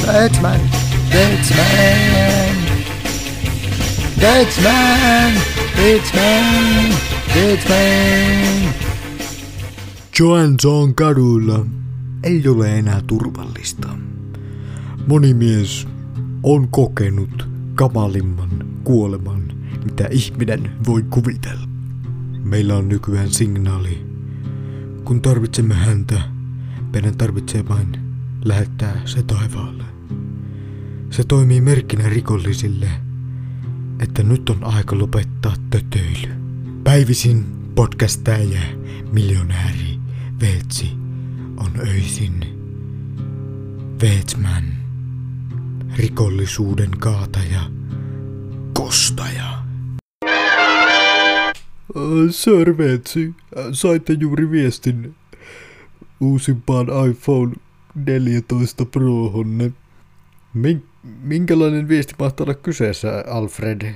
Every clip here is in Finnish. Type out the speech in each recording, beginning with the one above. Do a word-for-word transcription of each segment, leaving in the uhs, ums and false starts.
Batman, Batman, Batman, Batman, Batman. Johansson kaduilla ei ole enää turvallista. Moni mies on kokenut kamalimman kuoleman, mitä ihminen voi kuvitella. Meillä on nykyään signaali. Kun tarvitsemme häntä, meidän tarvitsee vain lähettää se taivaalle. Se toimii merkkinä rikollisille, että nyt on aika lopettaa tötöily. Päivisin podcastaja, miljonääri, Veetsi on öisin. Veetsman, rikollisuuden kaataja, kostaja. Sir Veetsi, saitte juuri viestin uusimpaan iPhone neljätoista Prohonne. Min- minkälainen viesti mahtaa olla kyseessä, Alfred?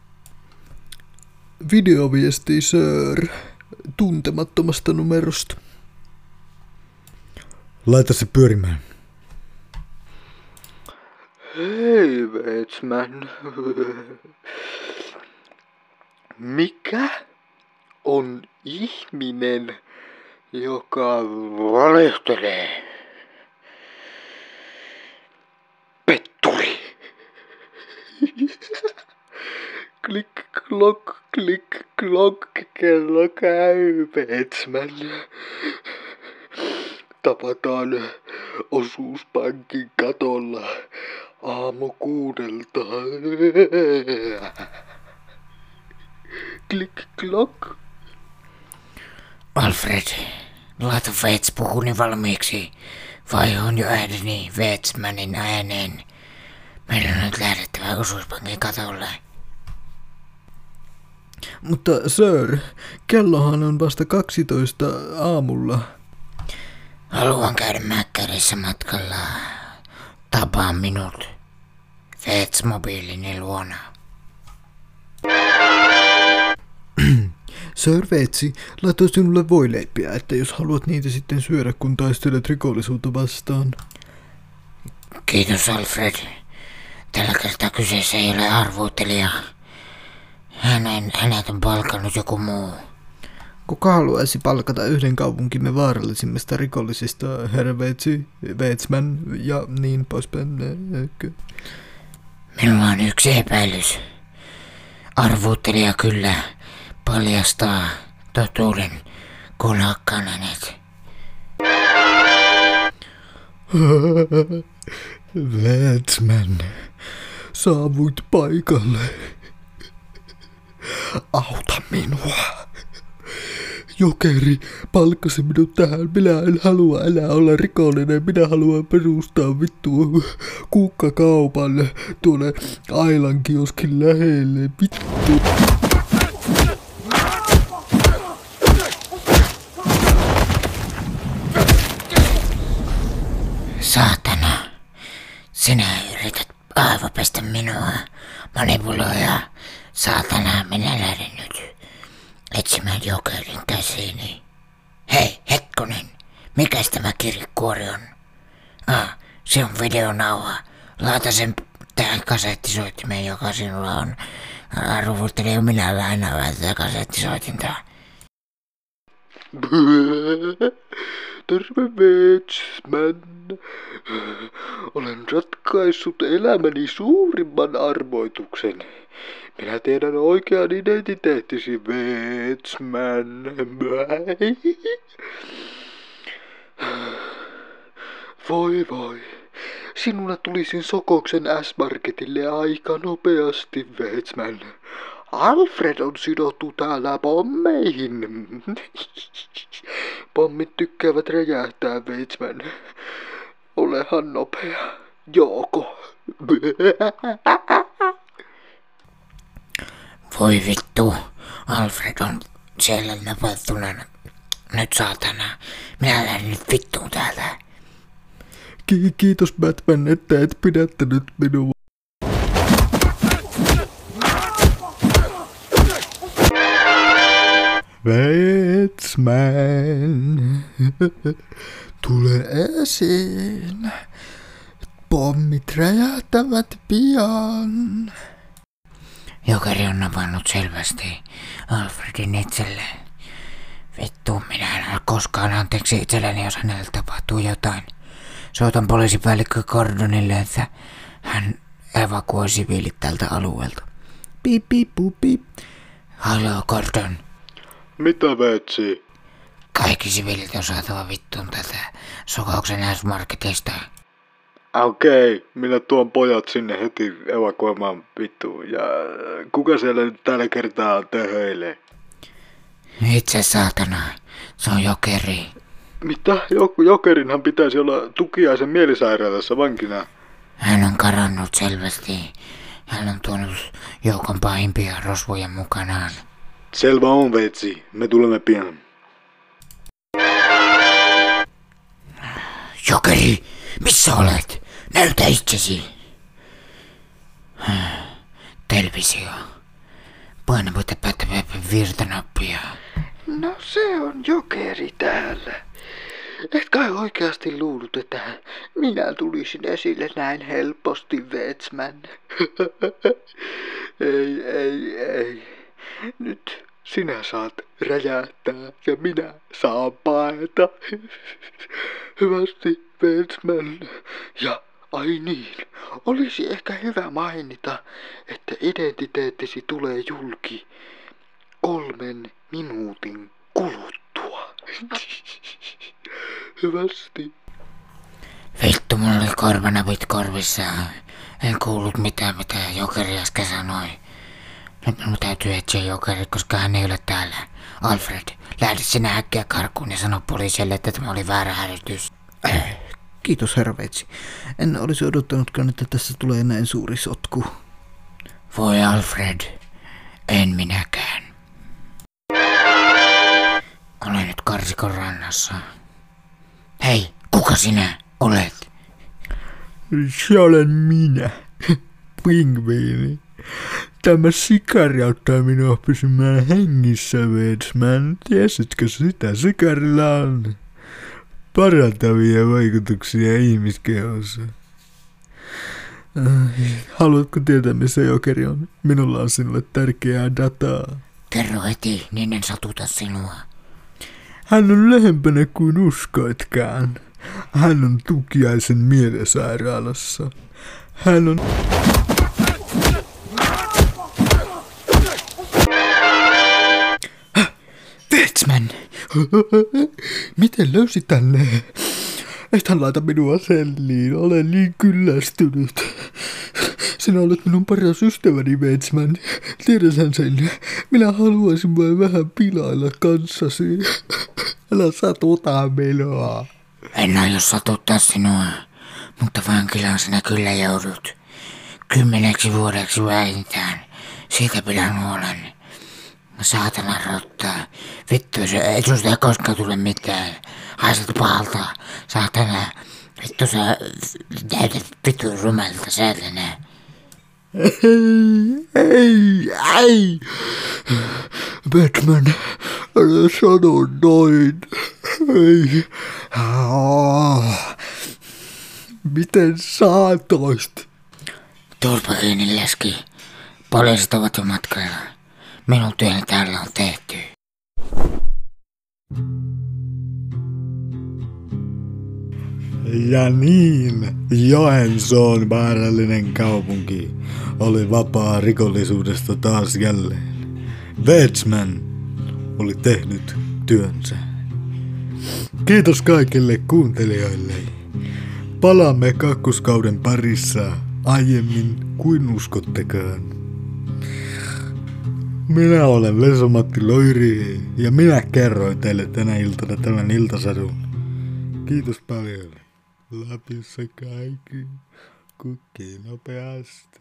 Videoviesti, sir. Tuntemattomasta numerosta. Laita se pyörimään. Hei, Veetsman. Mikä on ihminen, joka valehtelee? Petturi. Klik, klok, klik, klok, kello käy, Veetsman. Tapataan osuuspankin katolla aamu kuudelta. Klik, klok. Alfred, laita Veets puhuni valmiiksi, vai on jo ääneni Veetsmanin ääneen? Meidän on nyt lähdettävä osuuspankin katolle. Mutta sir, kellohan on vasta kaksitoista aamulla. Haluan käydä Mäkkärissä matkalla. Tapaa minut Veets-mobiilini luona. Sir Veetsi laittoi sinulle voileipiä, että jos haluat niitä sitten syödä, kun taistelet rikollisuutta vastaan. Kiitos, Alfred. Tällä kertaa kyseessä ei ole arvuuttelija. Hänen, hänet on palkannut joku muu. Kuka haluaisi palkata yhden kaupunkimme vaarallisimmista rikollisista, herra Veetsi, Veetsman ja niin poispäin? Minulla on yksi epäilys. Arvuuttelija kyllä paljastaa totuuden, kun hakkaan hänet. Veetsman, saavuit paikalle. Auta minua. Jokeri palkkasi minut tähän. Minä en halua enää olla rikollinen. Minä haluan perustaa vittua kukkakaupan tuonne Ailan kioskin lähelle. Vittu. Saatana. Sinä yrität aivopestä minua. Manipuloija. Saatana, minä lähden nyt etsimään Jokerin käsiini. Hei, hetkonen. Mikäs tämä kirjekuori on? Ah, se on videonauha. Laita sen tähän kasettisoittimeen, joka sinulla on. Arvuttelija minä lainaan tätä kasettisoitinta. Terve, Veetsman. Olen ratkaissut elämäni suurimman arvoituksen. Minä tiedän oikean identiteettisi, Veetsman. Voi voi. Sinulle tulisin Sokoksen S-Marketille aika nopeasti, Veetsman. Alfred on sidottu täällä pommeihin. Pommit tykkäävät räjähtää, Veetsman. Olehan nopea, Jooko. Voi vittu, Alfred on siellä napattuna. Nyt saatana, minä lähden nyt vittuun täältä. Ki- kiitos Batman, että et pidättänyt minua. Veetsman, tule esiin. Pommit räjähtävät pian. Jokeri on napannut selvästi Alfredin itselleen. Vittu, minä en ole koskaan anteeksi itselleni, jos hänelle tapahtuu jotain. Soitan poliisipäällikkö Gordonille, että hän evakuoi siviilit tältä alueelta. Piip, piip, pup, piip. Haloo, Gordon. Mitä vetsi? Kaikki siviilit on saatava vittuun tätä Sokouksen S-Marketista. Okei, okay, minä tuon pojat sinne heti evakuoimaan vittuun. Ja kuka siellä nyt tällä kertaa on töhöille? Itse saatana, se on Jokeri. Mitä? Joku Jokerinhan pitäisi olla Tukiaisen mielisairaalassa vankina. Hän on karannut selvästi. Hän on tuonut joukon pahimpia rosvoja mukanaan. Selvä on, vetsi. Me tulemme pian. Jokeri, missä olet? Näytä itsesi. Televisio. Paina muita päättävää virtanappia. No se on Jokeri täällä. Et kai oikeasti luullut, että minä tulisin esille näin helposti, Vetsman. ei, ei, ei. Nyt sinä saat räjähtää ja minä saan paeta. Hyvästi, Vetsman. Ja ai niin, olisi ehkä hyvä mainita, että identiteettisi tulee julki kolmen minuutin kuluttua. Hyvästi. Vittu, mulla oli korvanapit korvissa. En kuullut mitään, mitä Jokeri äsken sanoi. Nyt minun täytyy etsiä Jokeri, koska hän ei ole täällä. Alfred, lähde sinä äkkiä karkuun ja sano poliisille, että tämä oli väärä hälytys. Kiitos, herra veitsi. En olisi odottanutkaan, että tässä tulee näin suuri sotku. Voi Alfred, en minäkään. Olen nyt karsikon rannassa. Hei, kuka sinä olet? Se olen minä, pingviini. Tämä sikari auttaa minua pysymään hengissä, Vetsman. Tiesitkö sitä? Sikarilla on parantavia vaikutuksia ihmiskehossa. Haluatko tietää, missä Jokeri on? Minulla on sinulle tärkeää dataa. Kerro heti, niin en satuta sinua. Hän on lähempänä kuin uskoitkaan. Hän on Tukiaisen mielisairaalassa. Hän on... Vetsman! Miten löysit tänne? Ethän laita minua selliin, olen niin kyllästynyt. Sinä olet minun paras ystäväni, Vetsman. Tiedäthän sen. Minä haluaisin vain vähän pilailla kanssasi. Älä satuta minua. En aio satuttaa sinua, mutta vankilaan sinä kyllä joudut. Kymmeneksi vuodeksi vähintään. Siitä pidän huolen. Saatana rottaa. Vittu, se ei susta ei koskaan tule mitään. Haistat pahalta. Saatana. Vittu, sä näytät vittu rumelta säätänä. Ei, ei, ei. Batman, älä sano noin. Ei. Ah. Miten saatoist? Turpa kiinni, leski. Poliisit ovat jo matkalla. Minun työni täällä on tehty. Ja niin, Joensuu, vaarallinen kaupunki, oli vapaa rikollisuudesta taas jälleen. Vetsman oli tehnyt työnsä. Kiitos kaikille kuuntelijoille. Palaamme kakkoskauden parissa aiemmin kuin uskottekaan. Minä olen Vesa-Matti Loiri ja minä kerroin teille tänä iltana tämän iltasadun. Kiitos paljon. Lapissa kaikki kukkii nopeasti.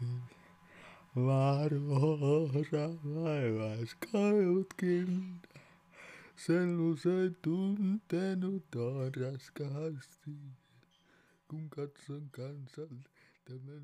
Varoisa vaivaiskaivutkin. Sen usein tuntenut on raskaasti. Kun katson kansan tämän